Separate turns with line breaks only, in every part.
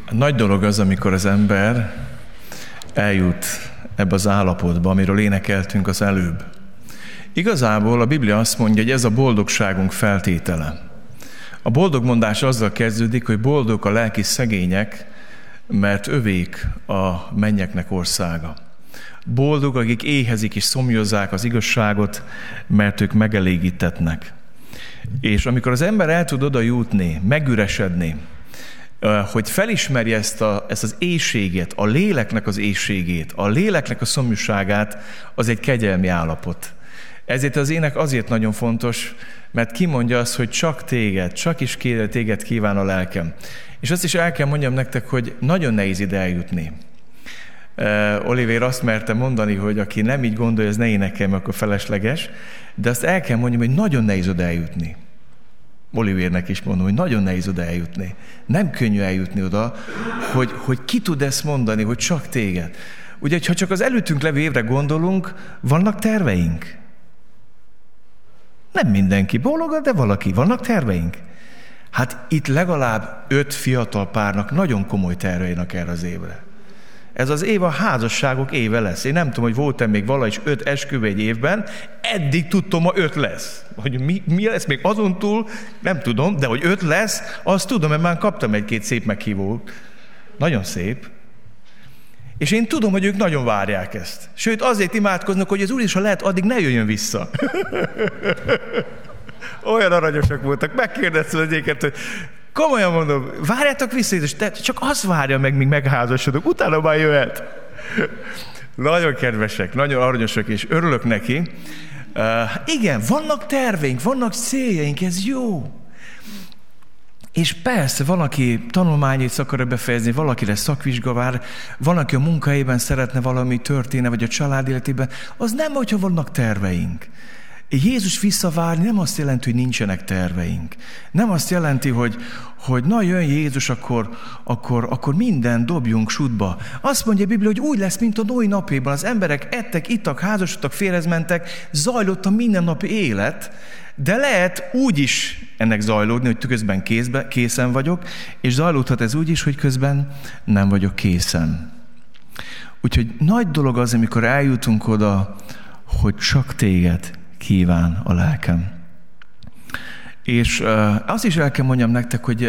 Nagy dolog az, amikor az ember eljut ebbe az állapotba, amiről énekeltünk az előbb. Igazából a Biblia azt mondja, hogy ez a boldogságunk feltétele. A boldogmondás azzal kezdődik, hogy boldog a lelki szegények, mert övék a mennyeknek országa. Boldog, akik éhezik és szomjozzák az igazságot, mert ők megelégítetnek. És amikor az ember el tud oda jutni, megüresedni, hogy felismerje ezt az éhséget, a léleknek az éhségét, a léleknek a szomjúságát, az egy kegyelmi állapot. Ezért az ének azért nagyon fontos, mert kimondja azt, hogy csak téged, csak is téged kíván a lelkem. És azt is el kell mondjam nektek, hogy nagyon nehéz ide eljutni. Olivér azt merte mondani, hogy aki nem így gondolja, ez ne énekelj, akkor felesleges, de azt el kell mondjam, hogy nagyon nehéz oda eljutni. Olivérnek is mondom, hogy nagyon nehéz oda eljutni. Nem könnyű eljutni oda, hogy ki tud ezt mondani, hogy csak téged. Ugye, ha csak az előttünk levő évre gondolunk, vannak terveink. Nem mindenki boldog, de valaki. Vannak terveink. Hát itt legalább 5 fiatal párnak nagyon komoly terveinek erre az évre. Ez az év a házasságok éve lesz. Én nem tudom, hogy volt-e még valahogy is 5 esküvő egy évben, eddig tudtam, ma 5 lesz. Hogy mi lesz még azon túl, nem tudom, de hogy 5 lesz, azt tudom, mert már kaptam 1-2 szép meghívót. Nagyon szép. És én tudom, hogy ők nagyon várják ezt. Sőt, azért imádkoznak, hogy az Úr is, ha lehet, addig ne jöjjön vissza. Olyan aranyosak voltak, megkérdeztem az egyébként, hogy komolyan mondom, várjátok vissza, és csak azt várja meg, míg megházasodok, utána már jöhet. Nagyon kedvesek, nagyon aranyosak, és örülök neki. Igen, vannak terveink, vannak céljaink, ez jó. És persze, van, aki tanulmányait akarja befejezni, valaki lesz szakvizsgavár, van, aki a munkahelyében szeretne valami történni, vagy a család életében, az nem, hogyha vannak terveink. Jézus visszavárni nem azt jelenti, hogy nincsenek terveink. Nem azt jelenti, hogy na jön Jézus, akkor minden dobjunk sútba. Azt mondja a Biblia, hogy úgy lesz, mint a Noé napjában. Az emberek ettek, ittak, házasodtak, férjhez mentek, zajlott a mindennapi élet, de lehet úgy is ennek zajlódni, hogy közben készen vagyok, és zajlódhat ez úgy is, hogy közben nem vagyok készen. Úgyhogy nagy dolog az, amikor eljutunk oda, hogy csak téged kíván a lelkem. És azt is el kell mondjam nektek, hogy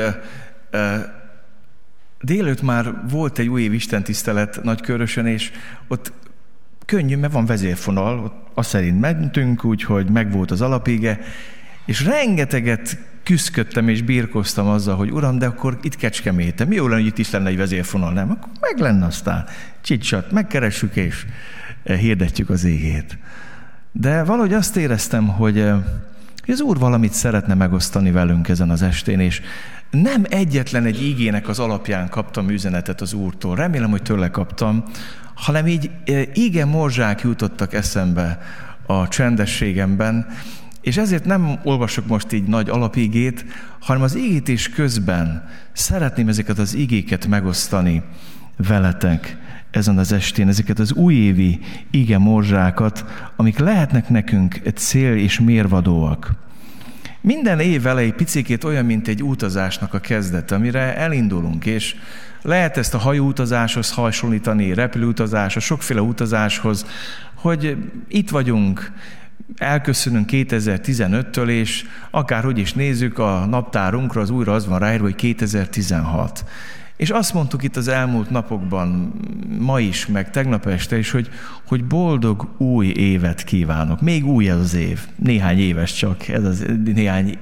délelőtt már volt egy újév istentisztelet Nagykörösön, és ott könnyű, mert van vezérfonal, ott azt szerint mentünk, úgyhogy megvolt az alapige, és rengeteget küszködtem és birkoztam azzal, hogy Uram, de akkor itt Kecskeméten, mi jó lenne, hogy itt is lenne egy vezérfonal, nem? Akkor meg lenne aztán. Csicsat, megkeressük és hirdetjük az égét. De valahogy azt éreztem, hogy az Úr valamit szeretne megosztani velünk ezen az estén, és nem egyetlen egy ígének az alapján kaptam üzenetet az Úrtól. Remélem, hogy tőle kaptam, hanem így íge morzsák jutottak eszembe a csendességemben, és ezért nem olvasok most így nagy alapígét, hanem az ígétés közben szeretném ezeket az ígéket megosztani veletek ezen az estén, ezeket az újévi ige morzsákat, amik lehetnek nekünk egy cél és mérvadóak. Minden év elejé picikét olyan, mint egy utazásnak a kezdete, amire elindulunk, és lehet ezt a hajóutazáshoz hasonlítani, repülőutazáshoz, sokféle utazáshoz, hogy itt vagyunk, elköszönünk 2015-től, és akárhogy is nézzük a naptárunkra, az újra az van ráírva, hogy 2016. És azt mondtuk itt az elmúlt napokban, ma is, meg tegnap este is, hogy boldog új évet kívánok. Még új ez az év. Néhány éves csak, ez az néhány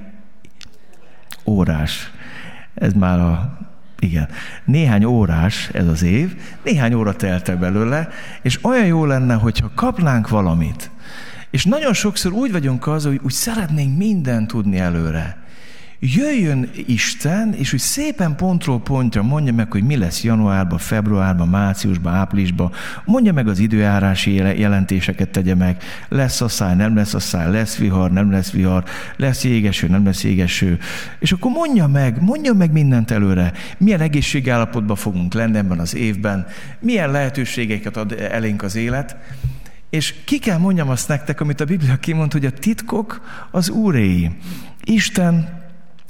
órás. Ez már igen. Néhány órás ez az év, néhány óra telt el belőle, és olyan jó lenne, hogyha kapnánk valamit. És nagyon sokszor úgy vagyunk az, hogy úgy szeretnénk mindent tudni előre. Jöjjön Isten, és úgy szépen pontról pontra mondja meg, hogy mi lesz januárban, februárban, márciusban, áprilisban. Mondja meg az időjárási jelentéseket, tegye meg. Lesz asszály, nem lesz asszály, lesz vihar, nem lesz vihar, lesz jégeső, nem lesz jégeső. És akkor mondja meg mindent előre. Milyen egészségállapotban fogunk lenni ebben az évben, milyen lehetőségeket ad elénk az élet. És ki kell mondjam azt nektek, amit a Biblia kimond, hogy a titkok az Úréi. Isten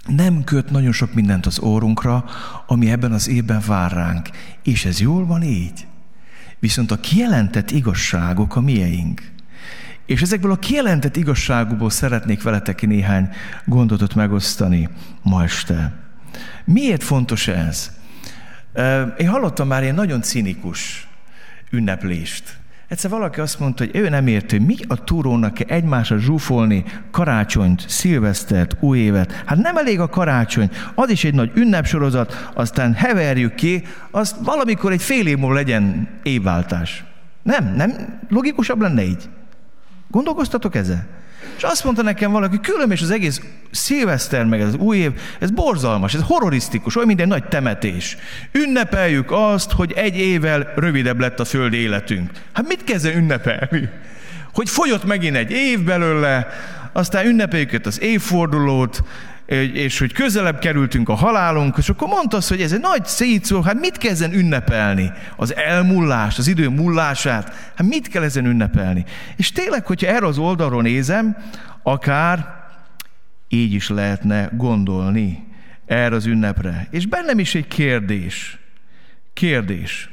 nem köt nagyon sok mindent az órunkra, ami ebben az évben vár ránk. És ez jól van így. Viszont a kijelentett igazságok a mieink. És ezekből a kijelentett igazságokból szeretnék veletek néhány gondolatot megosztani ma este. Miért fontos ez? Én hallottam már ilyen nagyon cinikus ünneplést. Egyszer valaki azt mondta, hogy ő nem érti, mi a túrónak kell egymásra zsúfolni karácsonyt, szilvesztert, új évet. Hát nem elég a karácsony, az is egy nagy ünnepsorozat, aztán heverjük ki, azt valamikor egy fél év múlva legyen évváltás. Nem logikusabb lenne így? Gondolkoztatok ezzel? És azt mondta nekem valaki, különös az egész szilveszter, meg az új év, ez borzalmas, ez horrorisztikus, olyan minden nagy temetés. Ünnepeljük azt, hogy egy évvel rövidebb lett a földi életünk. Hát mit kezd ünnepelni? Hogy fogyott megint egy év belőle, aztán ünnepeljük az évfordulót, és hogy közelebb kerültünk a halálunkhoz, és akkor mondta azt, hogy ez egy nagy szétszó, hát mit kell ezen ünnepelni? Az elmúlást, az idő múlását, hát mit kell ezen ünnepelni? És tényleg, hogyha erre az oldalról nézem, akár így is lehetne gondolni erre az ünnepre. És bennem is egy kérdés.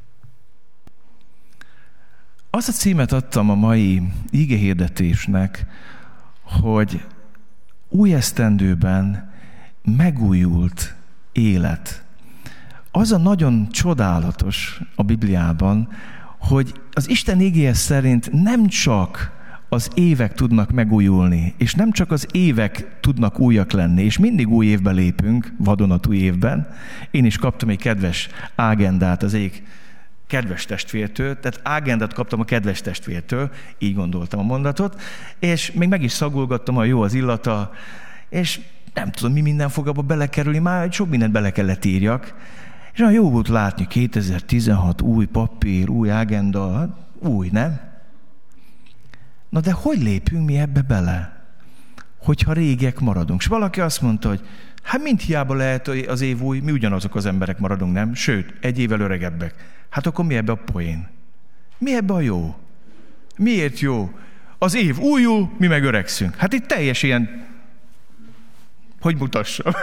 Azt a címet adtam a mai igehirdetésnek, hogy új esztendőben megújult élet. Az a nagyon csodálatos a Bibliában, hogy az Isten igéje szerint nem csak az évek tudnak megújulni, és nem csak az évek tudnak újak lenni, és mindig új évbe lépünk, vadonatúj évben. Én is kaptam egy kedves ágendát az egyik kedves testvértől, tehát ágendát kaptam a kedves testvértől, így gondoltam a mondatot, és még meg is szagolgattam, hogy jó az illata, és nem tudom, mi minden fog abba belekerülni, már sok mindent bele kellett írjak, és olyan jó volt látni, 2016, új papír, új ágenda, új, nem? Na de hogy lépünk mi ebbe bele, hogyha régek maradunk? És valaki azt mondta, hogy hát mind hiába lehet az év új, mi ugyanazok az emberek maradunk, nem? Sőt, egy évvel öregebbek. Hát akkor mi ebbe a poén? Mi ebbe a jó? Miért jó? Az év újul, mi meg öregszünk. Hát itt teljes ilyen, hogy mutassam?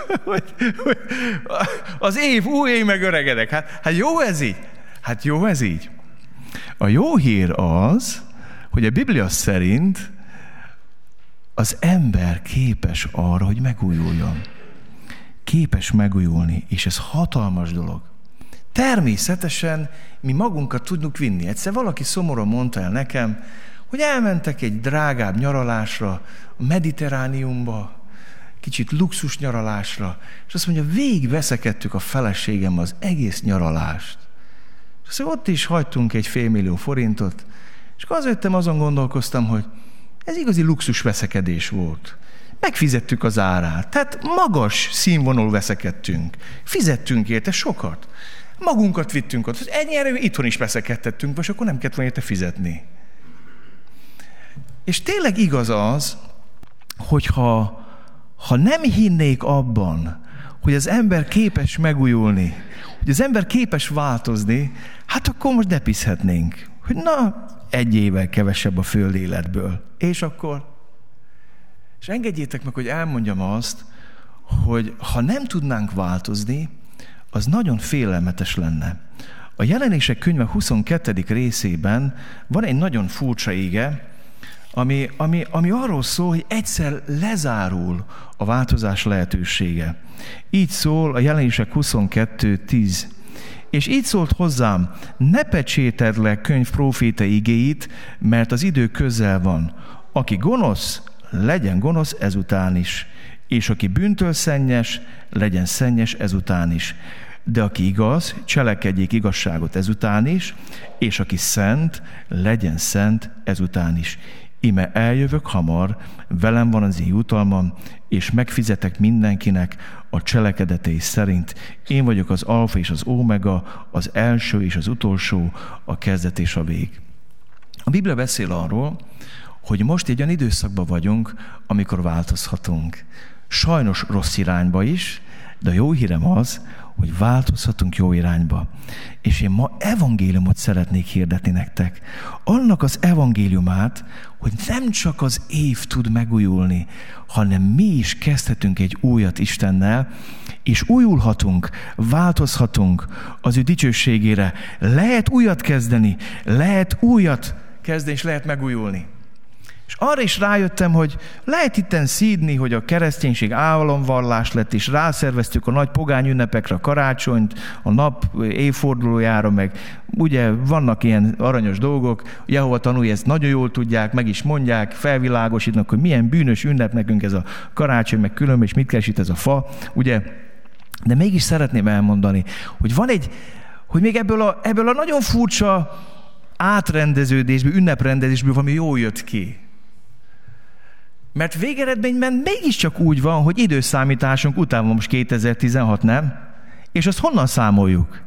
Az év új, én meg öregedek. Hát jó ez így? Hát jó ez így. A jó hír az, hogy a Biblia szerint az ember képes arra, hogy megújuljon. Képes megújulni, és ez hatalmas dolog. Természetesen mi magunkat tudjuk vinni. Egyszer valaki szomorúan mondta el nekem, hogy elmentek egy drágább nyaralásra, a Mediterrániumba, kicsit luxus nyaralásra, és azt mondja, végigveszekedtük a feleségem az egész nyaralást. És azt mondja, ott is hagytunk egy $500 000, és akkor azon gondolkoztam, hogy ez igazi luxus veszekedés volt. Megfizettük az árát, tehát magas színvonalú veszekedtünk. Fizettünk érte sokat. Magunkat vittünk ott. Ennyire itthon is veszekedtettünk, és akkor nem kellett volna érte fizetni. És tényleg igaz az, hogyha nem hinnék abban, hogy az ember képes megújulni, hogy az ember képes változni, hát akkor most depizhetnénk, hogy na, egy évvel kevesebb a föld életből. És akkor? És engedjétek meg, hogy elmondjam azt, hogy ha nem tudnánk változni, az nagyon félelmetes lenne. A Jelenések könyve 22. részében van egy nagyon furcsa ige, ami arról szól, hogy egyszer lezárul a változás lehetősége. Így szól a Jelenések 22:10. És így szólt hozzám, ne pecsételd le könyv próféta igéit, mert az idő közel van. Aki gonosz, legyen gonosz ezután is, és aki bűntől szennyes, legyen szennyes ezután is. De aki igaz, cselekedjék igazságot ezután is, és aki szent, legyen szent ezután is. Íme eljövök hamar, velem van az én jutalmam, és megfizetek mindenkinek a cselekedetei szerint. Én vagyok az alfa és az omega, az első és az utolsó, a kezdet és a vég. A Biblia beszél arról, hogy most egy olyan időszakban vagyunk, amikor változhatunk. Sajnos rossz irányba is, De a jó hírem az, hogy változhatunk jó irányba. És én ma evangéliumot szeretnék hirdetni nektek. Annak az evangéliumát, hogy nem csak az év tud megújulni, hanem mi is kezdhetünk egy újat Istennel, és újulhatunk, változhatunk az ő dicsőségére. Lehet újat kezdeni, és lehet megújulni. És arra is rájöttem, hogy lehet itten szídni, hogy a kereszténység államvallás lett, és rászerveztük a nagy pogány ünnepekre a karácsonyt, a nap évfordulójára, meg ugye vannak ilyen aranyos dolgok, Jehova tanúi ezt nagyon jól tudják, meg is mondják, felvilágosítnak, hogy milyen bűnös ünnep nekünk ez a karácsony, meg különben, és mit keres itt ez a fa, ugye? De mégis szeretném elmondani, hogy van hogy még ebből a nagyon furcsa átrendeződésből, ünneprendezésből valami jó jött ki. Mert végeredményben mégiscsak úgy van, hogy időszámításunk után van most 2016, nem? És azt honnan számoljuk?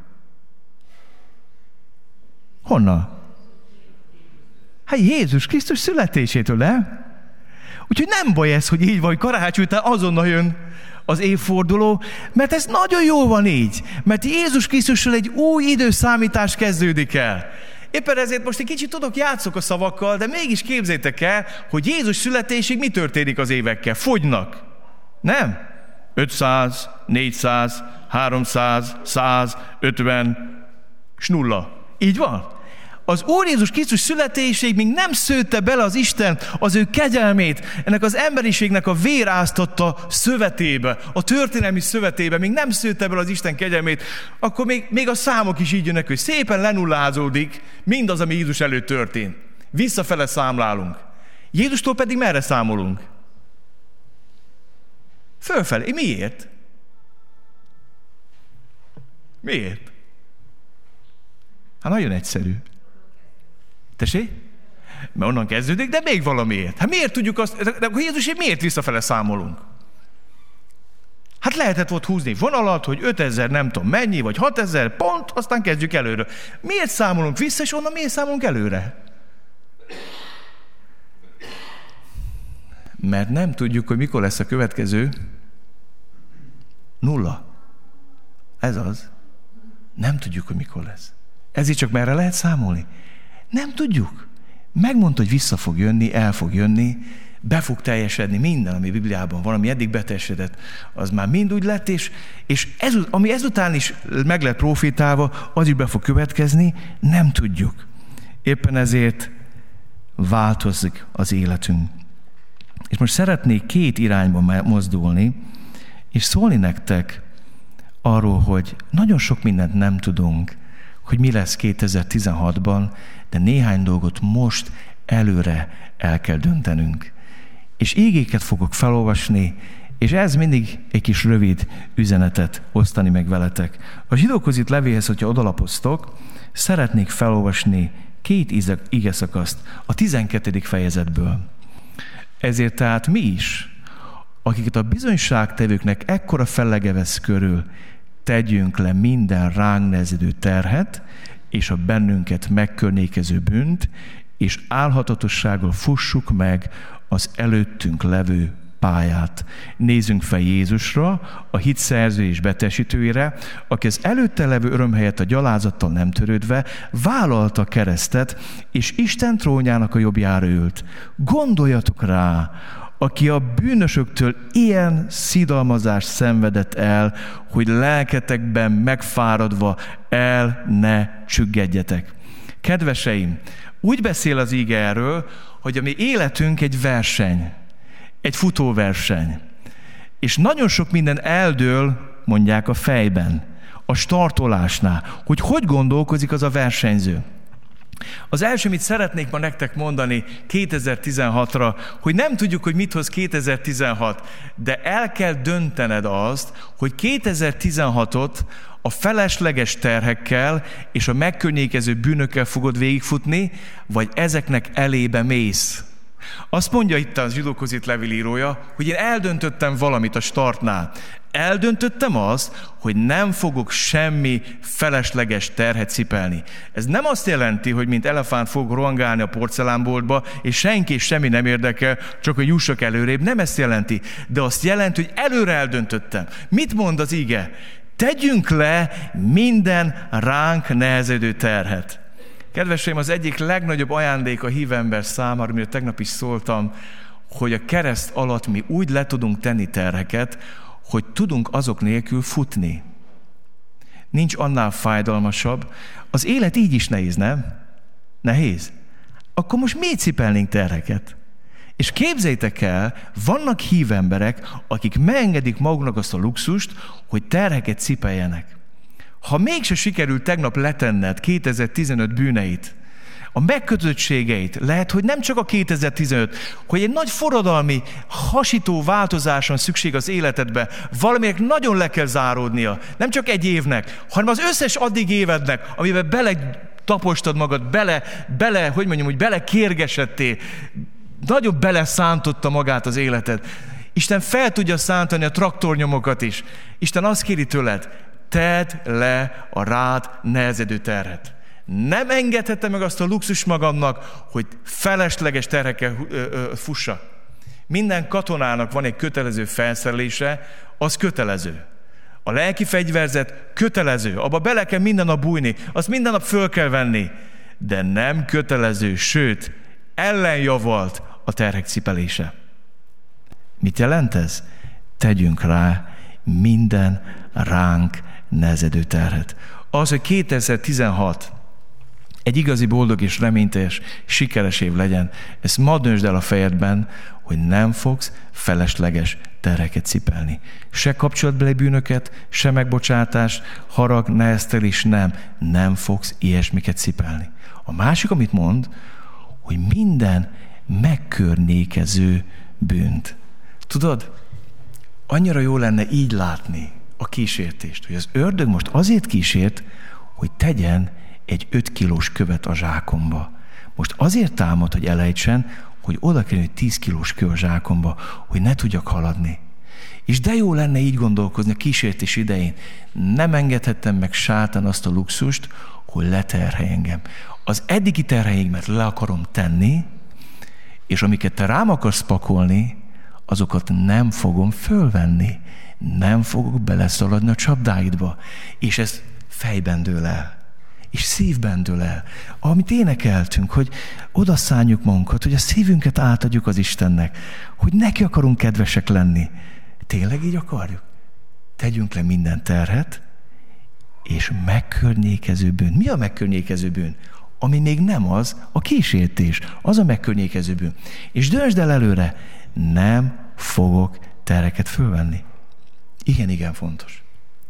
Honnan? Hát Jézus Krisztus születésétől, nem? Úgyhogy nem baj ez, hogy így van, hogy karácsony után azonnal jön az évforduló, mert ez nagyon jó van így. Mert Jézus Krisztussal egy új időszámítás kezdődik el. Éppen ezért most egy kicsit játszok a szavakkal, de mégis képzeljétek el, hogy Jézus születésig mi történik az évekkel? Fogynak. Nem? 500, 400, 300, 100, 50, és 0. Így van? Az Úr Jézus Krisztus születéséig még nem szőtte bele az Isten az ő kegyelmét, ennek az emberiségnek a véráztatta szövetébe, a történelmi szövetébe, még nem szőtte bele az Isten kegyelmét, akkor még a számok is így jönnek, hogy szépen lenullázódik mindaz, ami Jézus előtt történt. Visszafele számlálunk. Jézustól pedig merre számolunk? Fölfelé. Miért? Miért? Hát nagyon egyszerű. Tessék? Mert onnan kezdődik, de még valamiért. Hát miért tudjuk azt, de Jézusért miért visszafele számolunk? Hát lehetett volt húzni vonalat, hogy 5000 nem tudom mennyi, vagy 6000 pont, aztán kezdjük előre. Miért számolunk vissza, és onnan miért számolunk előre? Mert nem tudjuk, hogy mikor lesz a következő 0. Ez az. Nem tudjuk, hogy mikor lesz. Ezért csak merre lehet számolni? Nem tudjuk. Megmondta, hogy vissza fog jönni, el fog jönni, be fog teljesedni minden, ami Bibliában van, ami eddig beteljesedett, az már mind úgy lett, és ami ezután is meg lett profétálva, az is be fog következni, nem tudjuk. Éppen ezért változik az életünk. És most szeretnék 2 irányba mozdulni, és szólni nektek arról, hogy nagyon sok mindent nem tudunk, hogy mi lesz 2016-ban, de néhány dolgot most előre el kell döntenünk. És ígéket fogok felolvasni, és ez mindig egy kis rövid üzenetet osztani meg veletek. A Zsidókhoz írt levélhez, hogyha odalapoztok, szeretnék felolvasni 2 igeszakaszt a 12. fejezetből. Ezért tehát mi is, akiket a bizonyságtevőknek ekkora fellege vesz körül, tegyünk le minden ránk nehezedő terhet, és a bennünket megkörnyékező bűnt, és álhatatossággal fussuk meg az előttünk levő pályát. Nézzünk fel Jézusra, a hit szerző és beteljesítőjére, aki az előtte levő öröm helyett a gyalázattal nem törődve vállalta a keresztet, és Isten trónjának a jobbjára ült. Gondoljatok rá, aki a bűnösöktől ilyen szidalmazást szenvedett el, hogy lelketekben megfáradva el ne csüggedjetek. Kedveseim, úgy beszél az íge erről, hogy a mi életünk egy verseny, egy futóverseny. És nagyon sok minden eldől, mondják a fejben, a startolásnál, hogy gondolkozik az a versenyző. Az első, amit szeretnék ma nektek mondani 2016-ra, hogy nem tudjuk, hogy mit hoz 2016, de el kell döntened azt, hogy 2016-ot a felesleges terhekkel és a megkörnyékező bűnökkel fogod végigfutni, vagy ezeknek elébe mész. Azt mondja itt a zsidókhoz írt levélírója, hogy én eldöntöttem valamit a startnál. Eldöntöttem azt, hogy nem fogok semmi felesleges terhet cipelni. Ez nem azt jelenti, hogy mint elefánt fogok rohangálni a porcelánboltba, és senki és semmi nem érdekel, csak hogy jussak előrébb. Nem ezt jelenti, de azt jelenti, hogy előre eldöntöttem. Mit mond az ige? Tegyünk le minden ránk nehezedő terhet. Kedveseim, az egyik legnagyobb ajándék a hívő ember számára, amiről tegnap is szóltam, hogy a kereszt alatt mi úgy le tudunk tenni terheket, hogy tudunk azok nélkül futni. Nincs annál fájdalmasabb. Az élet így is nehéz, nem? Nehéz. Akkor most miért cipelnénk terheket? És képzeljétek el, vannak hívő emberek, akik megengedik maguknak azt a luxust, hogy terheket cipeljenek. Ha mégse sikerült tegnap letenned 2015 bűneit, a megkötöttségeit, lehet, hogy nem csak a 2015, hogy egy nagy forradalmi, hasító változáson szükség az életedbe, valaminek nagyon le kell záródnia, nem csak egy évnek, hanem az összes addig évednek, amiben bele tapostad magad, bele kérgesedtél, nagyon beleszántotta magát az életed. Isten fel tudja szántani a traktornyomokat is. Isten azt kéri tőled, tedd le a rád nehezedő terhet. Nem engedhetem meg azt a luxus magamnak, hogy felesleges terhekkel fussak. Minden katonának van egy kötelező felszerelése, az kötelező. A lelki fegyverzet kötelező, abba bele kell minden nap bújni, azt minden nap föl kell venni, de nem kötelező, sőt, ellenjavalt a terhek cipelése. Mit jelent ez? Tegyünk rá minden ránk nehezedő terhet. Az, hogy 2016 egy igazi boldog és reményteljes, sikeres év legyen, ezt ma döntsd el a fejedben, hogy nem fogsz felesleges terheket cipelni. Se kapcsolatbeli bűnöket, se megbocsátást, harag, neheztelés, nem fogsz ilyesmiket cipelni. A másik, amit mond, hogy minden megkörnyékező bűnt. Tudod, annyira jó lenne így látni a kísértést, hogy az ördög most azért kísért, hogy tegyen egy 5 kilós követ a zsákomba. Most azért támad, hogy elejtsen, hogy oda kell, hogy 10 kilós kő a zsákomba, hogy ne tudjak haladni. És de jó lenne így gondolkozni a kísértés idején. Nem engedhettem meg sátán azt a luxust, hogy leterhelj engem. Az eddigi terheimet le akarom tenni, és amiket te rám akarsz pakolni, azokat nem fogom fölvenni. Nem fogok beleszaladni a csapdáidba. És ez fejben dől el. És szívben dől el. Amit énekeltünk, hogy odaszálljuk magunkat, hogy a szívünket átadjuk az Istennek, hogy neki akarunk kedvesek lenni. Tényleg így akarjuk? Tegyünk le minden terhet, és megkörnyékező bűn. Mi a megkörnyékező bűn? Ami még nem az, a kísértés. Az a megkörnyékező bűn. És döntsd el előre, nem fogok terheket fölvenni. Igen, fontos.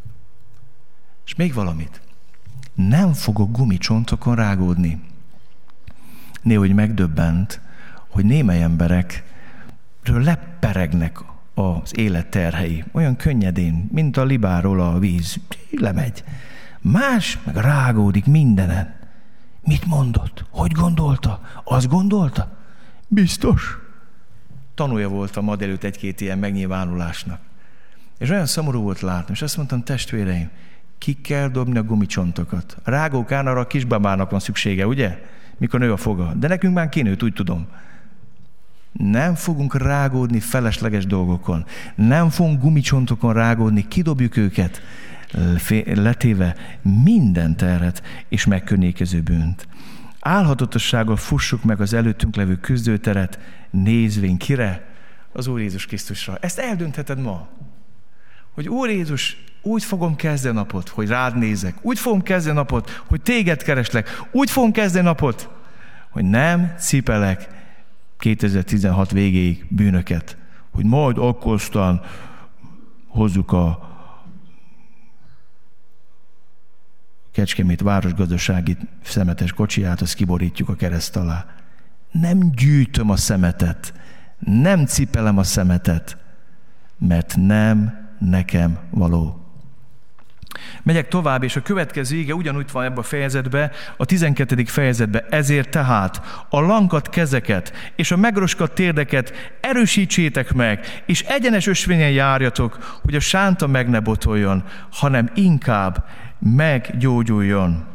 És még valamit. Nem fogok gumicsontokon rágódni. Néhogy megdöbbent, hogy némely emberekről leperegnek az élet terhei. Olyan könnyedén, mint a libáról a víz. Lemegy. Más meg rágódik mindenen. Mit mondott? Hogy gondolta? Azt gondolta? Biztos. Tanulja voltam ma délőtt egy-két ilyen megnyilvánulásnak. És olyan szomorú volt látni, és azt mondtam, testvéreim, ki kell dobni a gumicsontokat. A rágókán arra a kisbabának van szüksége, ugye? Mikor nő a foga. De nekünk már kinőtt, úgy tudom. Nem fogunk rágódni felesleges dolgokon. Nem fogunk gumicsontokon rágódni, kidobjuk őket, letéve minden terhet és megkörnyékező bűnt. Álhatatossággal fussuk meg az előttünk levő küzdőteret, nézvén kire? Az Úr Jézus Krisztusra. Ezt eldöntheted ma. Hogy Úr Jézus, úgy fogom kezdeni napot, hogy rád nézek. Úgy fogom kezdeni napot, hogy téged kereslek. Úgy fogom kezdeni napot, hogy nem cipelek 2016 végéig bűnöket. Hogy majd akkor aztán hozzuk a Kecskemét városgazdasági szemetes kocsiját, azt kiborítjuk a kereszt alá. Nem gyűjtöm a szemetet, nem cipelem a szemetet, mert nem nekem való. Megyek tovább, és a következő ige ugyanúgy van ebben a fejezetben, a 12. fejezetben. Ezért tehát a lankadt kezeket és a megroskadt térdeket erősítsétek meg, és egyenes ösvényen járjatok, hogy a sánta meg ne botoljon, hanem inkább meggyógyuljon.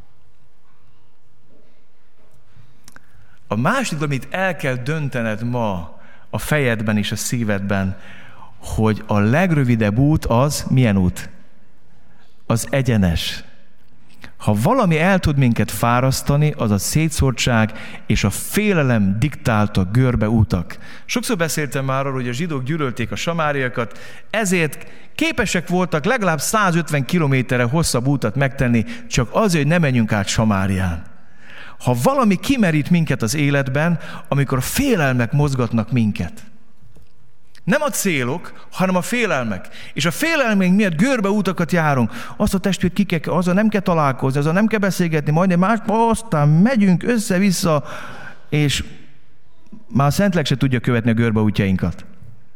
A másik, amit el kell döntened ma a fejedben és a szívedben, hogy a legrövidebb út az milyen út? Az egyenes. Ha valami el tud minket fárasztani, az a szétszórtság és a félelem diktálta görbe utak. Sokszor beszéltem már arról, hogy a zsidók gyűlölték a samáriakat, ezért képesek voltak legalább 150 kilométerre hosszabb útat megtenni, csak azért, hogy ne menjünk át Samárián. Ha valami kimerít minket az életben, amikor a félelmek mozgatnak minket. Nem a célok, hanem a félelmek. És a félelmeink miatt görbe utakat járunk. Azt a testvért azzal nem kell találkozni, azzal nem kell beszélgetni, majd aztán megyünk össze-vissza, és már a Szentlélek se tudja követni a görbe útjainkat.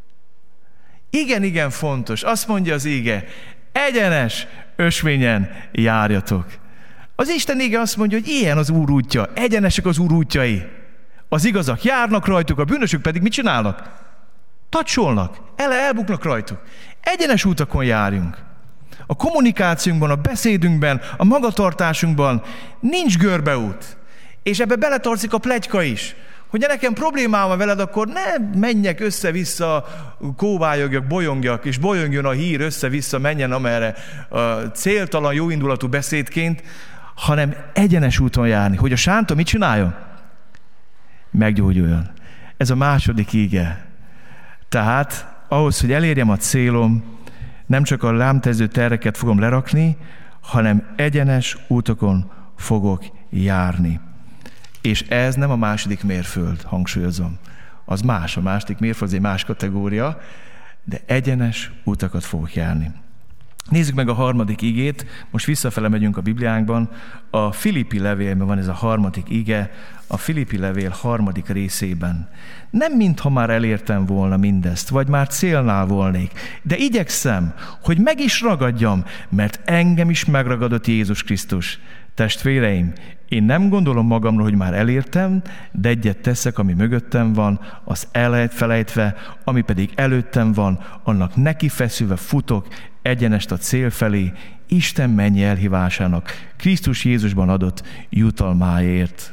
Igen, fontos. Azt mondja az íge, egyenes ösvényen járjatok. Az Isten íge azt mondja, hogy ilyen az Úr útja, egyenesek az Úr útjai. Az igazak járnak rajtuk, a bűnösök pedig mit csinálnak? Tacsolnak, elbuknak rajtuk. Egyenes utakon járjunk. A kommunikációnkban, a beszédünkben, a magatartásunkban nincs görbeút. És ebbe beletartozik a pletyka is. Hogy nekem problémám van veled, akkor ne menjek össze-vissza, kóvályogjak, bolyongjak, és bolyongjon a hír össze-vissza, menjen amerre céltalan, jóindulatú beszédként, hanem egyenes úton járni. Hogy a sánta mit csináljon? Meggyógyuljon. Ez a második íge. Tehát ahhoz, hogy elérjem a célom, nem csak a lámtező terreket fogom lerakni, hanem egyenes útokon fogok járni. És ez nem a második mérföld, hangsúlyozom. Az más, a második mérföld, az egy más kategória, de egyenes utakat fogok járni. Nézzük meg a harmadik igét, most visszafele megyünk a Bibliánkban, a Filippi levélben van ez a harmadik ige, a Filippi levél harmadik részében. Nem mintha már elértem volna mindezt, vagy már célnál volnék, de igyekszem, hogy meg is ragadjam, mert engem is megragadott Jézus Krisztus. Testvéreim, én nem gondolom magamról, hogy már elértem, de egyet teszek, ami mögöttem van, az elfelejtve, ami pedig előttem van, annak neki feszülve futok egyenest a cél felé, Isten mennyi elhívásának, Krisztus Jézusban adott jutalmáért.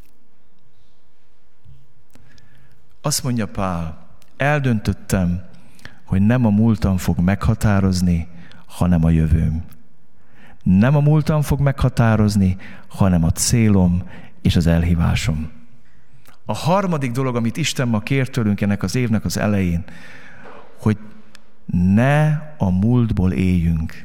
Azt mondja Pál, eldöntöttem, hogy nem a múltam fog meghatározni, hanem a jövőm. Nem a múltam fog meghatározni, hanem a célom és az elhívásom. A harmadik dolog, amit Isten ma kér tőlünk ennek az évnek az elején, hogy ne a múltból éljünk.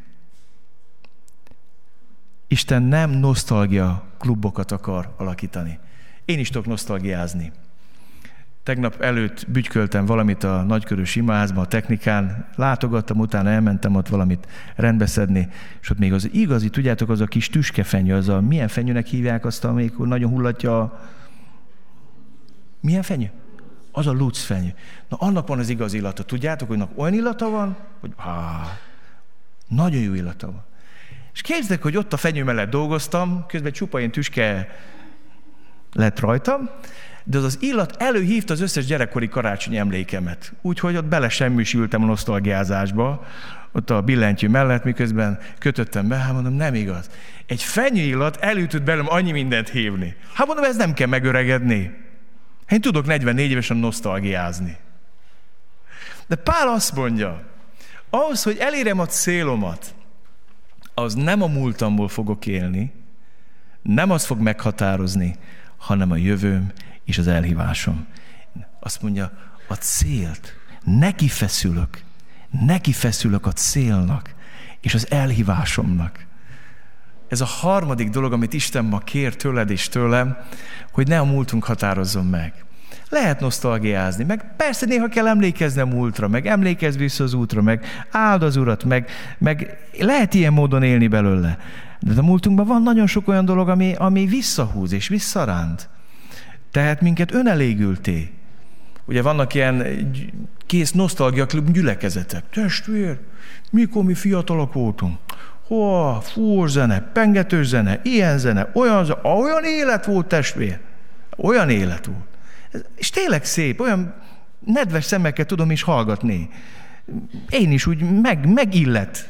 Isten nem nosztalgia klubokat akar alakítani. Én is tudok nosztalgiázni. Tegnap előtt bütyköltem valamit a Nagykörös imaházban, a technikán, látogattam, utána elmentem ott valamit rendbeszedni, és ott még az igazi, tudjátok, az a kis tüskefenyő, az a, milyen fenyőnek hívják azt, amikor nagyon hullatja a... Milyen fenyő? Az a lucfenyő. Na, annak van az igazi illata. Tudjátok, hogy olyan illata van, hogy nagyon jó illata van. És képzeljétek, hogy ott a fenyő mellett dolgoztam, közben csupa ilyen tüske lett rajtam, de az illat előhívta az összes gyerekkori karácsonyi emlékemet. Úgyhogy ott belesemműsültem a nosztalgiázásba, ott a billentyű mellett, miközben kötöttem be, mondom, nem igaz. Egy fenyőillat elütött belőlem annyi mindent hívni. Mondom, ez nem kell megöregedni. Én tudok 44 évesen nosztalgiázni. De Pál azt mondja, ahhoz, hogy elérjem a célomat, az nem a múltamból fogok élni, nem az fog meghatározni, hanem a jövőm és az elhívásom. Azt mondja, a célt, neki feszülök a célnak és az elhívásomnak. Ez a harmadik dolog, amit Isten ma kér tőled és tőlem, hogy ne a múltunk határozzon meg. Lehet nosztalgiázni, meg persze néha kell emlékezni a múltra, meg emlékezz vissza az útra, meg áld az Urat, meg lehet ilyen módon élni belőle. De a múltunkban van nagyon sok olyan dolog, ami visszahúz és visszaránt. Tehát minket önelégülté. Ugye vannak ilyen kész nosztalgia gyülekezetek. Testvér, mikor mi fiatalok voltunk? Fúr zene, pengetős zene, ilyen zene, olyan élet volt, testvér. Olyan élet volt. És tényleg szép, olyan nedves szemekkel tudom is hallgatni. Én is úgy megillet.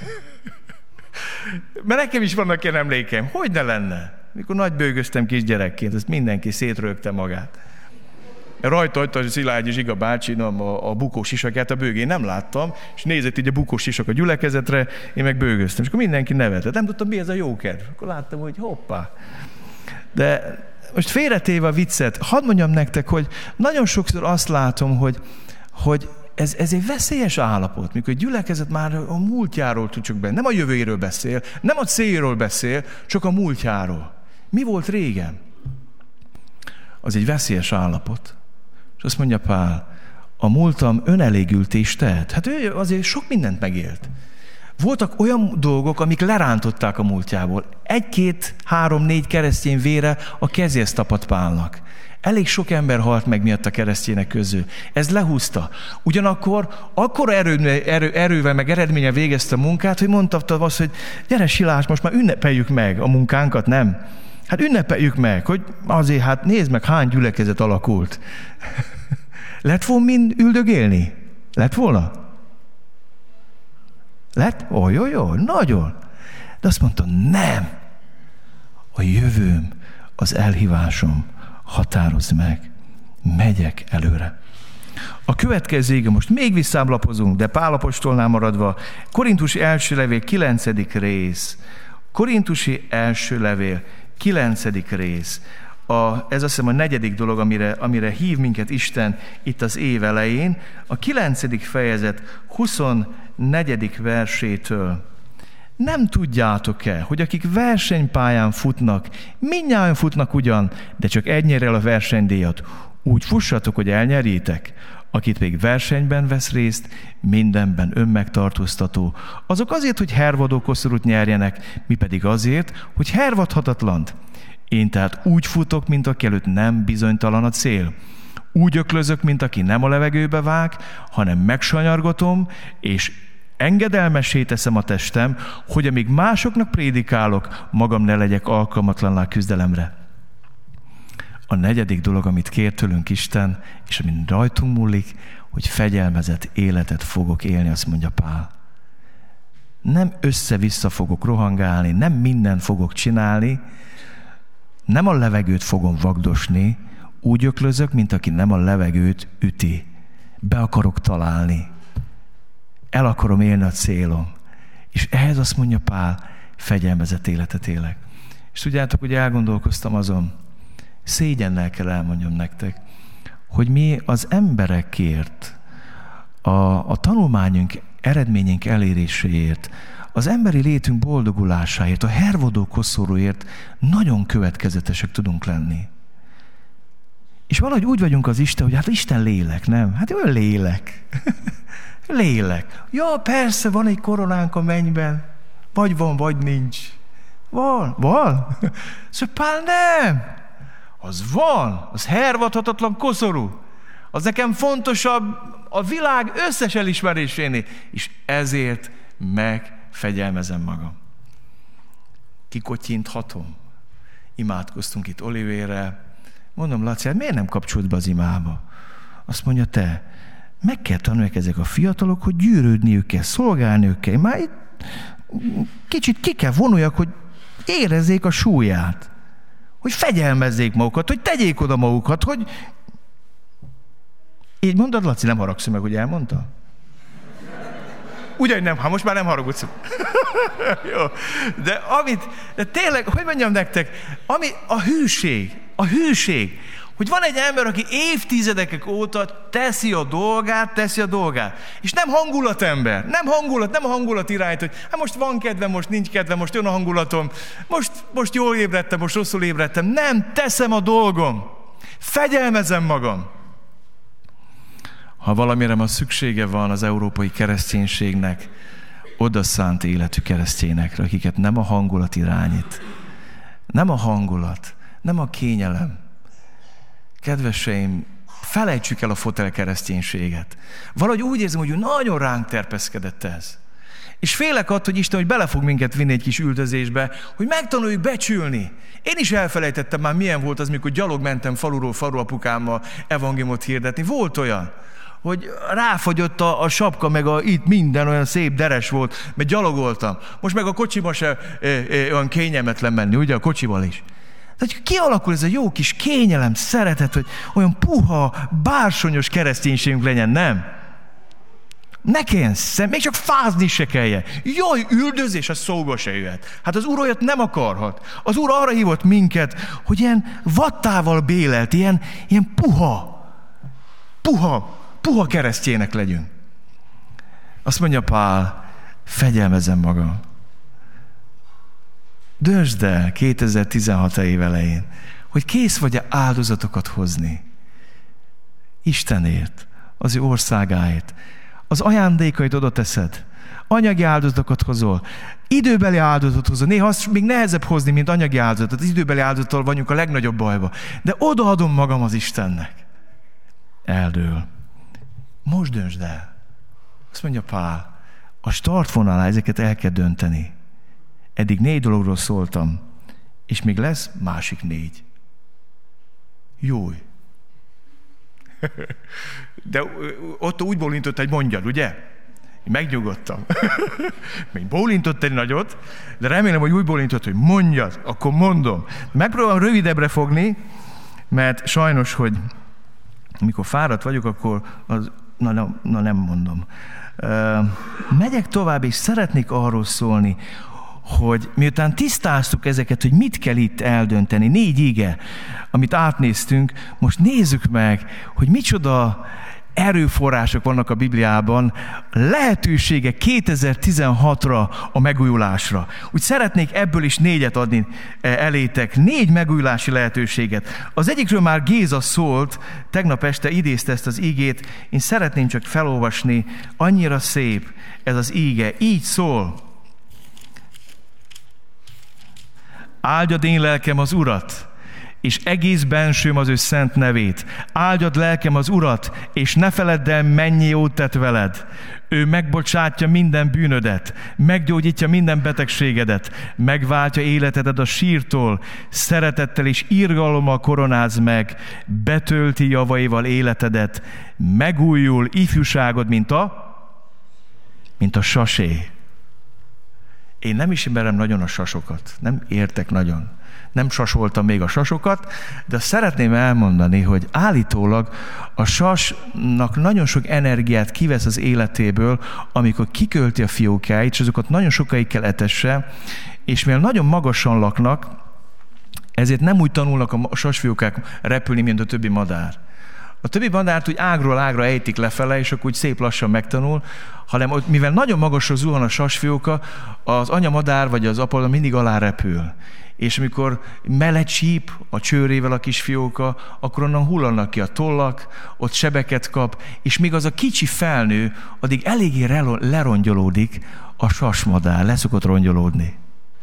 Mert nekem is vannak ilyen emlékeim. Hogy ne lenne? Mikor nagybőgöztem kisgyerekként, azt mindenki szétrögte magát. Rajta a Szilágyi Zsiga bácsi a bukós sisakját a bőgén nem láttam, és nézett így a bukós sisak a gyülekezetre, én meg bőgöztem. És akkor mindenki nevetett. Nem tudtam, mi ez a jókedv. Akkor láttam, hogy hoppá. De most félretéve a viccet, hadd mondjam nektek, hogy nagyon sokszor azt látom, hogy ez egy veszélyes állapot, mikor egy gyülekezet már a múltjáról tud csak benne. Nem a jövőjéről beszél, nem a célról beszél, csak a múltjáról. Mi volt régen? Az egy veszélyes állapot. És azt mondja Pál, a múltam önelégültés tehet. Hát ő azért sok mindent megélt. Voltak olyan dolgok, amik lerántották a múltjából. 1, 2, 3, 4 keresztény vére a kezéhez tapadt Pálnak. Elég sok ember halt meg miatt a keresztjének közül. Ez lehúzta. Ugyanakkor akkora erővel meg eredménye végezte a munkát, hogy mondta azt, hogy gyere Silás, most már ünnepeljük meg a munkánkat, nem? Hát ünnepeljük meg, hogy azért hát nézd meg, hány gyülekezet alakult. Lett volna mind üldögélni? Lett volna? Lett? Jó, nagyon. De azt mondta, nem. A jövőm, az elhívásom határozz meg. Megyek előre. A következő ige, most még visszáblapozunk, de Pál apostolnál maradva, Korintusi első levél 9. rész. Korintusi első levél 9. rész. Ez azt hiszem a 4. dolog, amire hív minket Isten itt az év elején. A 9. fejezet 24. versétől. Nem tudjátok-e, hogy akik versenypályán futnak, mindnyájan futnak ugyan, de csak egy nyer el a versenydíjat. Úgy fussatok, hogy elnyerjétek. Akit még versenyben vesz részt, mindenben önmegtartóztató. Azok azért, hogy hervadó koszorút nyerjenek, mi pedig azért, hogy hervadhatatlant. Én tehát úgy futok, mint aki előtt nem bizonytalan a cél. Úgy öklözök, mint aki nem a levegőbe vág, hanem megsanyargatom, és engedelmessé teszem a testem, hogy amíg másoknak prédikálok, magam ne legyek alkalmatlanná küzdelemre. A 4. dolog, amit kér tőlünk Isten, és amin rajtunk múlik, hogy fegyelmezett életet fogok élni, azt mondja Pál. Nem össze-vissza fogok rohangálni, nem mindent fogok csinálni, nem a levegőt fogom vagdosni, úgy öklözök, mint aki nem a levegőt üti. Be akarok találni. El akarom élni a célom. És ehhez azt mondja Pál, fegyelmezett életet élek. És tudjátok, hogy elgondolkoztam azon, szégyennel kell elmondjam nektek, hogy mi az emberekért, a tanulmányunk, eredményünk eléréséért, az emberi létünk boldogulásáért, a hervadó koszorúért nagyon következetesek tudunk lenni. És valahogy úgy vagyunk az Isten, hogy hát Isten lélek, nem? Hát olyan lélek. Lélek. Ja, persze, van egy koronánk a mennyben. Vagy van, vagy nincs. Van. Szóval Pál nem. Az van. Az hervadhatatlan koszorú. Az nekem fontosabb a világ összes elismerésénél. És ezért megfegyelmezem magam. Kikotyinthatom. Imádkoztunk itt Olivérrel. Mondom, Laci, hát miért nem kapcsolt be az imába? Azt mondja, te, meg kell tanulják ezek a fiatalok, hogy gyűrődniük kell, szolgálniük kell. Már itt kicsit ki kell vonuljak, hogy érezzék a súlyát. Hogy fegyelmezzék magukat, hogy tegyék oda magukat, hogy... Így mondod, Laci, nem haragszom meg, hogy elmondta? Ugyan nem, most már nem haragudsz. Jó. De tényleg, hogy mondjam nektek, a hűség, hogy van egy ember, aki évtizedek óta teszi a dolgát, és nem hangulatember, nem a hangulat irányít, hogy hát most van kedvem, most nincs kedvem, most jön a hangulatom, most jól ébredtem, most rosszul ébredtem. Nem, teszem a dolgom, fegyelmezem magam. Ha valamire ma szüksége van az európai kereszténységnek, odaszánt életű keresztényekre, akiket nem a hangulat irányít. Nem a hangulat, nem a kényelem. Kedveseim, felejtsük el a fotel kereszténységet. Valahogy úgy érzem, hogy nagyon ránk terpeszkedett ez. És félek attól, hogy Isten, hogy bele fog minket vinni egy kis üldözésbe, hogy megtanuljuk becsülni. Én is elfelejtettem már, milyen volt az, mikor gyalog mentem faluról falu apukámmal evangéliumot hirdetni. Volt olyan, hogy ráfagyott a sapka, meg itt minden olyan szép deres volt, mert gyalogoltam. Most meg a kocsiba se olyan kényelmetlen menni, ugye a kocsival is. Tehát kialakul ez a jó kis kényelem, szeretet, hogy olyan puha, bársonyos kereszténységünk legyen, nem? Ne kelljen még csak fázni se kelljen. Jaj, üldözés, a szóba se jöhet. Hát az Úr olyat nem akarhat. Az Úr arra hívott minket, hogy ilyen vattával bélelt, ilyen puha keresztjének legyünk. Azt mondja Pál, fegyelmezem magam. Döntsd el 2016 év elején, hogy kész vagy-e áldozatokat hozni. Istenért, az ő országáért. Az ajándékait oda teszed. Anyagi áldozatokat hozol. Időbeli áldozatot hozol. Néha azt még nehezebb hozni, mint anyagi áldozatot. Az időbeli áldozattal vagyunk a legnagyobb bajba. De odaadom magam az Istennek. Eldől. Most döntsd el. Azt mondja Pál, a startvonalán ezeket el kell dönteni. Eddig 4 dologról szóltam, és még lesz másik 4. Jój. De ott úgy bólintott, hogy mondjad, ugye? Én megnyugodtam. Még bólintott egy nagyot, de remélem, hogy úgy bólintott, hogy mondjad, akkor mondom. Megpróbálom rövidebbre fogni, mert sajnos, hogy amikor fáradt vagyok, akkor nem mondom. Megyek tovább, és szeretnék arról szólni, hogy miután tisztáztuk ezeket, hogy mit kell itt eldönteni, 4 ige, amit átnéztünk, most nézzük meg, hogy micsoda erőforrások vannak a Bibliában, lehetőségek 2016-ra a megújulásra. Úgy szeretnék ebből is 4-et adni elétek, 4 megújulási lehetőséget. Az egyikről már Géza szólt, tegnap este idézte ezt az ígét, én szeretném csak felolvasni, annyira szép ez az íge, így szól. Áldjad én lelkem az Urat, és egész bensőm az ő szent nevét. Áldjad lelkem az Urat, és ne feledd el, mennyi jót tett veled. Ő megbocsátja minden bűnödet, meggyógyítja minden betegségedet, megváltja életedet a sírtól, szeretettel és irgalommal koronáz meg, betölti javaival életedet, megújul ifjúságod, mint a sasé. Én nem ismerem nagyon a sasokat, nem értek nagyon. Nem sasoltam még a sasokat, de szeretném elmondani, hogy állítólag a sasnak nagyon sok energiát kivesz az életéből, amikor kikölti a fiókáit, és azokat nagyon sokáig kell etesse, és mivel nagyon magasan laknak, ezért nem úgy tanulnak a sasfiókák repülni, mint a többi madár. A többi madárt úgy ágról ágra ejtik lefele, és akkor úgy szép lassan megtanul, hanem mivel nagyon magasra zuhan a sasfióka, az anyamadár vagy az apa mindig alá repül. És amikor melecsíp a csőrével a kisfióka, akkor onnan hullanak ki a tollak, ott sebeket kap, és még az a kicsi felnő, addig eléggé lerongyolódik a sasmadár, leszokott rongyolódni.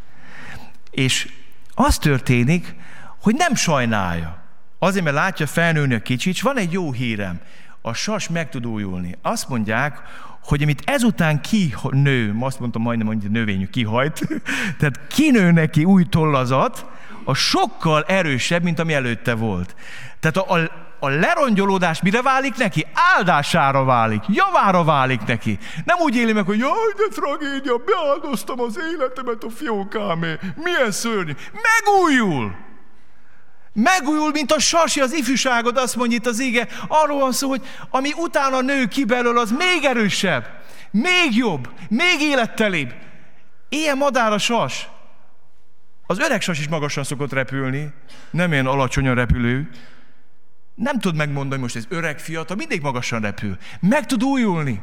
És az történik, hogy nem sajnálja. Azért, mert látja felnőni a kicsit, és van egy jó hírem. A sas meg tud újulni. Azt mondják, hogy amit ezután kinő, azt mondtam majdnem, hogy növényű kihajt, tehát kinő neki új tollazat, az sokkal erősebb, mint ami előtte volt. Tehát a lerongyolódás mire válik neki? Áldására válik, javára válik neki. Nem úgy éli meg, hogy jaj, de tragédia, beáldoztam az életemet a fiókámé. Milyen szörnyű. Megújul! Megújul, mint a sasi, az ifjúságod, azt mondja itt az ige. Arról van szó, hogy ami utána nő ki belőle, az még erősebb, még jobb, még élettelibb. Ilyen madár a sas. Az öreg sas is magasan szokott repülni, nem ilyen alacsonyan repülő. Nem tud megmondani, most ez öreg, fiatal, mindig magasan repül. Meg tud újulni.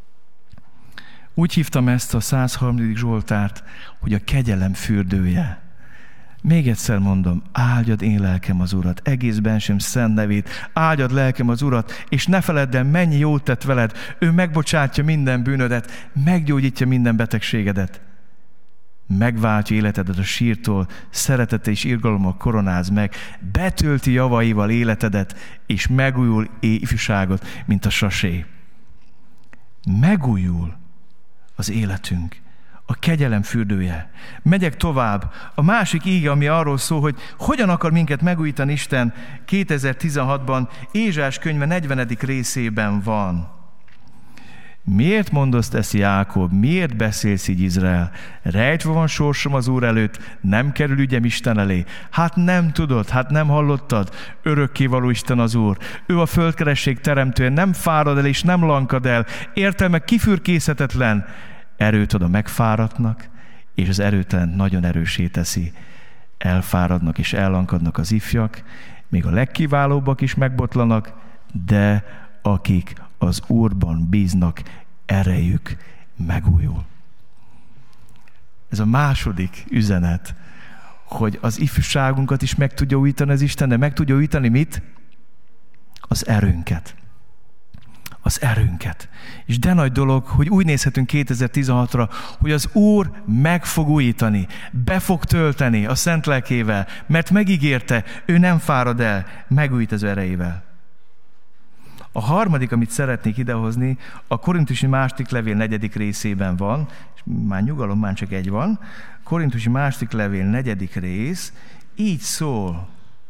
Úgy hívtam ezt a 103. Zsoltárt, hogy a kegyelem fürdője. Még egyszer mondom, áldjad én lelkem az Urat, egész bensőm szent nevét, áldjad lelkem az Urat, és ne feledd el, mennyi jót tett veled, ő megbocsátja minden bűnödet, meggyógyítja minden betegségedet, megváltja életedet a sírtól, szeretete és irgalommal koronáz meg, betölti javaival életedet, és megújul ifjúságot, mint a sasé. Megújul az életünk, a kegyelem fürdője. Megyek tovább. A másik íge, ami arról szól, hogy hogyan akar minket megújítani Isten, 2016-ban Ézsaiás könyve 40. részében van. Miért mondasz ezt, Jákob? Miért beszélsz így, Izrael? Rejtve van sorsom az Úr előtt, nem kerül ügyem Isten elé. Hát nem tudod, hát nem hallottad? Örökkévaló Isten az Úr. Ő a földkeresség teremtője, nem fárad el és nem lankad el. Értelme kifürkészhetetlen. Erőt ad a megfáradtnak, és az erőtlen nagyon erőssé teszi. Elfáradnak és ellankadnak az ifjak, még a legkiválóbbak is megbotlanak, de akik az Úrban bíznak, erejük megújul. Ez a második üzenet, hogy az ifjúságunkat is meg tudja újítani az Isten, de meg tudja újítani mit? Az erőnket. Az erőnket. És de nagy dolog, hogy úgy nézhetünk 2016-ra, hogy az Úr meg fog újítani, be fog tölteni a szent lelkével, mert megígérte, ő nem fárad el, megújít az erejével. A harmadik, amit szeretnék idehozni, a Korintusi második levél 4. részében van, és már nyugalom, már csak egy van. Korintusi második levél 4. rész, így szól.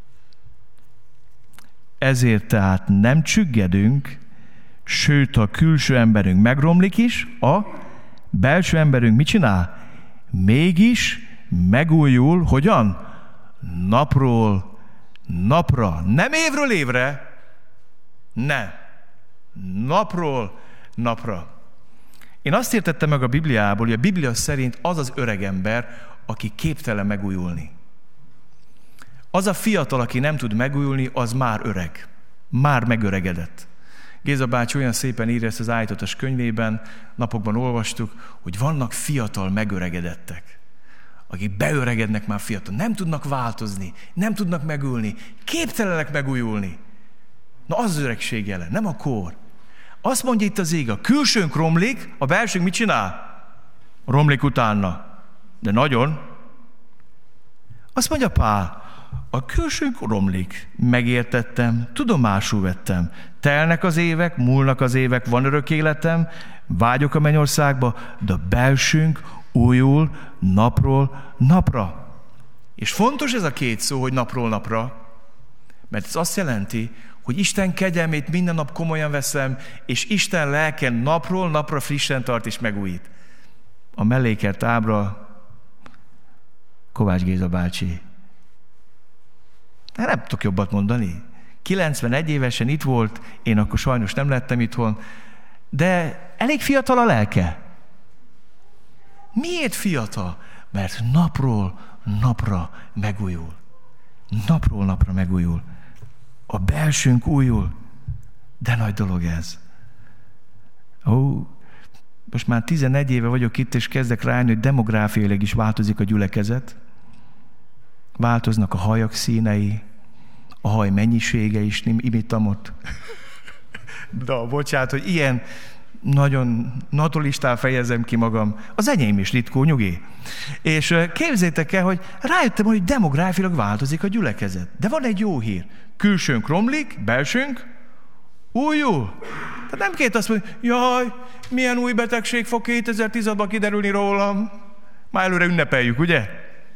Ezért tehát nem csüggedünk, sőt a külső emberünk megromlik is, a belső emberünk mit csinál? Mégis megújul, hogyan? Napról napra, nem évről évre, ne. Napról napra. Én azt értettem meg a Bibliából, hogy a Biblia szerint az az öreg ember, aki képtelen megújulni. Az a fiatal, aki nem tud megújulni, az már öreg. Már megöregedett. Géza bácsi olyan szépen írja ezt az Ájtatos könyvében, napokban olvastuk, hogy vannak fiatal megöregedettek, akik beöregednek már fiatal, nem tudnak változni, nem tudnak megújulni, képtelenek megújulni. Na az öregség jele, nem a kor. Azt mondja itt az ég, a külsőnk romlik, a belsőnk mit csinál? Romlik utána. De nagyon. Azt mondja Pál, a külsőnk romlik, megértettem, tudomásul vettem. Telnek az évek, múlnak az évek, van örök életem, vágyok a mennyországba, de a belsőnk újul napról napra. És fontos ez a két szó, hogy napról napra, mert ez azt jelenti, hogy Isten kegyelmét minden nap komolyan veszem, és Isten lelke napról napra frissen tart és megújít. A mellékelt ábra Kovács Géza bácsi. Nem tudok jobbat mondani. 91 évesen itt volt, én akkor sajnos nem lettem itthon, de elég fiatal a lelke. Miért fiatal? Mert napról napra megújul. Napról napra megújul. A belsőnk újul. De nagy dolog ez. Most már 11 éve vagyok itt, és kezdek rájönni, hogy demográfiailag is változik a gyülekezet. Változnak a hajak színei, a haj mennyisége is, imitam ott. De bocsánat, hogy ilyen nagyon naturalistán fejezem ki magam. Az enyém is ritkó, nyugi. És képzeljétek el, hogy rájöttem, hogy demográfiailag változik a gyülekezet. De van egy jó hír. Külsőnk romlik, belsőnk újul. Tehát nem két azt mondani, jaj, milyen új betegség fog 2016-ban kiderülni rólam. Már előre ünnepeljük, ugye?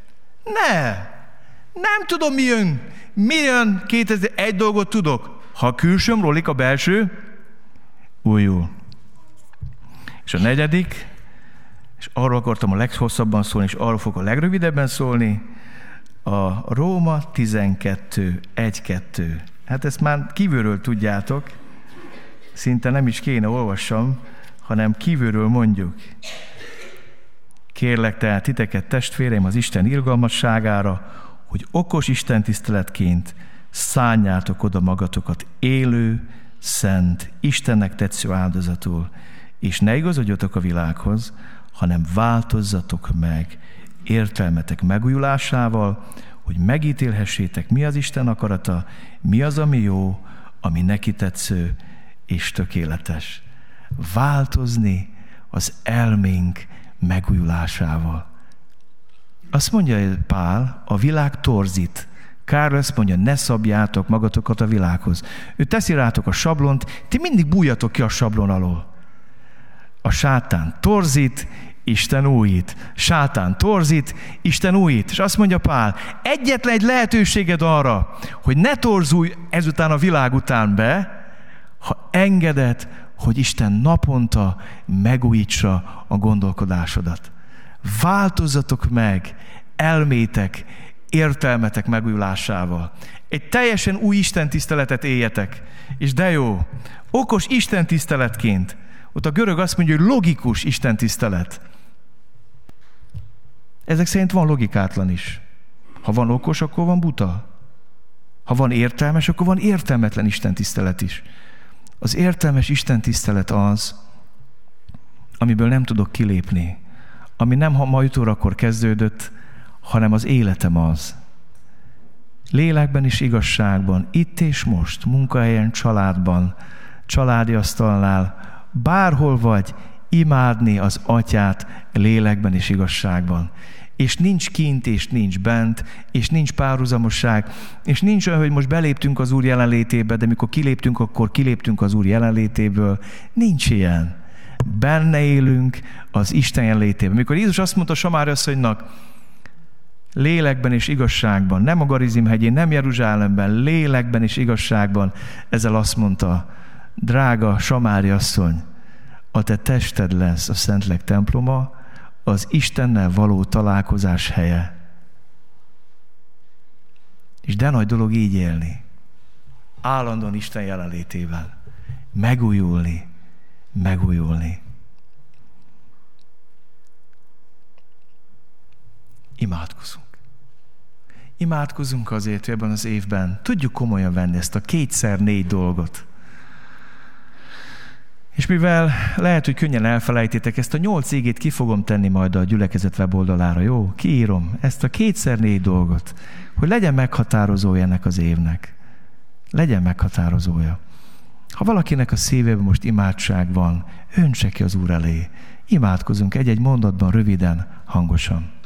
Nem tudom, mi jön. Egy dolgot tudok. Ha a külsőm romlik, a belső újul. És a negyedik, és arról akartam a leghosszabban szólni, és arról fogok a legrövidebben szólni, a Róma 12:1-2. Hát ezt már kívülről tudjátok, szinte nem is kéne olvassam, hanem kívülről mondjuk. Kérlek tehát titeket, testvéreim, az Isten irgalmasságára, hogy okos istentiszteletként szánjátok oda magatokat élő, szent, Istennek tetsző áldozatul, és ne igazodjatok a világhoz, hanem változzatok meg értelmetek megújulásával, hogy megítélhessétek, mi az Isten akarata, mi az, ami jó, ami neki tetsző és tökéletes. Változni az elménk megújulásával. Azt mondja Pál, a világ torzít. Károl azt mondja, ne szabjátok magatokat a világhoz. Ő teszi rátok a sablont, ti mindig bújjatok ki a sablon alól. A sátán torzít, Isten újít. Sátán torzít, Isten újít. És azt mondja Pál, egyetlen egy lehetőséged arra, hogy ne torzulj ezután a világ után be, ha engeded, hogy Isten naponta megújítsa a gondolkodásodat. Változzatok meg elmétek, értelmetek megújulásával. Egy teljesen új istentiszteletet éljetek. És de jó, okos istentiszteletként. Ott a görög azt mondja, hogy logikus istentisztelet. Ezek szerint van logikátlan is. Ha van okos, akkor van buta. Ha van értelmes, akkor van értelmetlen istentisztelet is. Az értelmes istentisztelet az, amiből nem tudok kilépni. Ami nem ma 5 órakor kezdődött, hanem az életem az. Lélekben és igazságban, itt és most, munkahelyen, családban, családi asztalnál, bárhol vagy, imádni az Atyát lélekben és igazságban. És nincs kint, és nincs bent, és nincs párhuzamosság, és nincs olyan, hogy most beléptünk az Úr jelenlétébe, de mikor kiléptünk, akkor kiléptünk az Úr jelenlétéből. Nincs ilyen. Benne élünk az Isten jelenlétében. Mikor Jézus azt mondta Samária asszonynak, lélekben és igazságban, nem a Garizim hegyén, nem Jeruzsálemben, lélekben és igazságban, ezzel azt mondta, drága Samária asszony, a te tested lesz a Szentlélek temploma, az Istennel való találkozás helye. És de nagy dolog így élni. Állandóan Isten jelenlétével. Megújulni. Imádkozunk azért, hogy ebben az évben tudjuk komolyan venni ezt a 2x4 dolgot. És mivel lehet, hogy könnyen elfelejtitek, ezt a 8 igét ki fogom tenni majd a gyülekezet weboldalára, jó? Kiírom ezt a 2x4 dolgot, hogy legyen meghatározója ennek az évnek. Legyen meghatározója. Ha valakinek a szívében most imádság van, öntse ki az Úr elé. Imádkozunk egy-egy mondatban, röviden, hangosan.